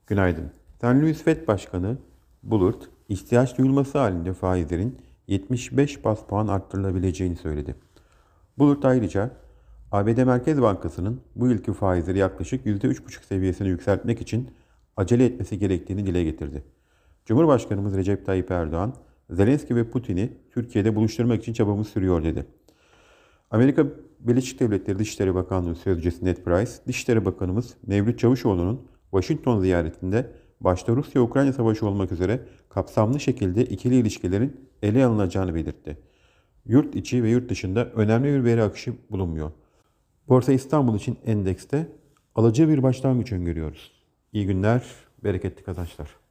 Günaydın. St. Louis Fed Başkanı Bullard, ihtiyaç duyulması halinde faizlerin 75 bas puan arttırılabileceğini söyledi. Bullard ayrıca ABD Merkez Bankası'nın bu yılki faizleri yaklaşık %3,5 seviyesine yükseltmek için acele etmesi gerektiğini dile getirdi. Cumhurbaşkanımız Recep Tayyip Erdoğan, Zelenski ve Putin'i Türkiye'de buluşturmak için çabamız sürüyor dedi. Amerika Birleşik Devletleri Dışişleri Bakanlığı Sözcüsü Ned Price, Dışişleri Bakanımız Mevlüt Çavuşoğlu'nun Washington ziyaretinde başta Rusya-Ukrayna savaşı olmak üzere kapsamlı şekilde ikili ilişkilerin ele alınacağını belirtti. Yurt içi ve yurt dışında önemli bir veri akışı bulunmuyor. Borsa İstanbul için endekste alıcı bir başlangıç öngörüyoruz. İyi günler, bereketli kazançlar.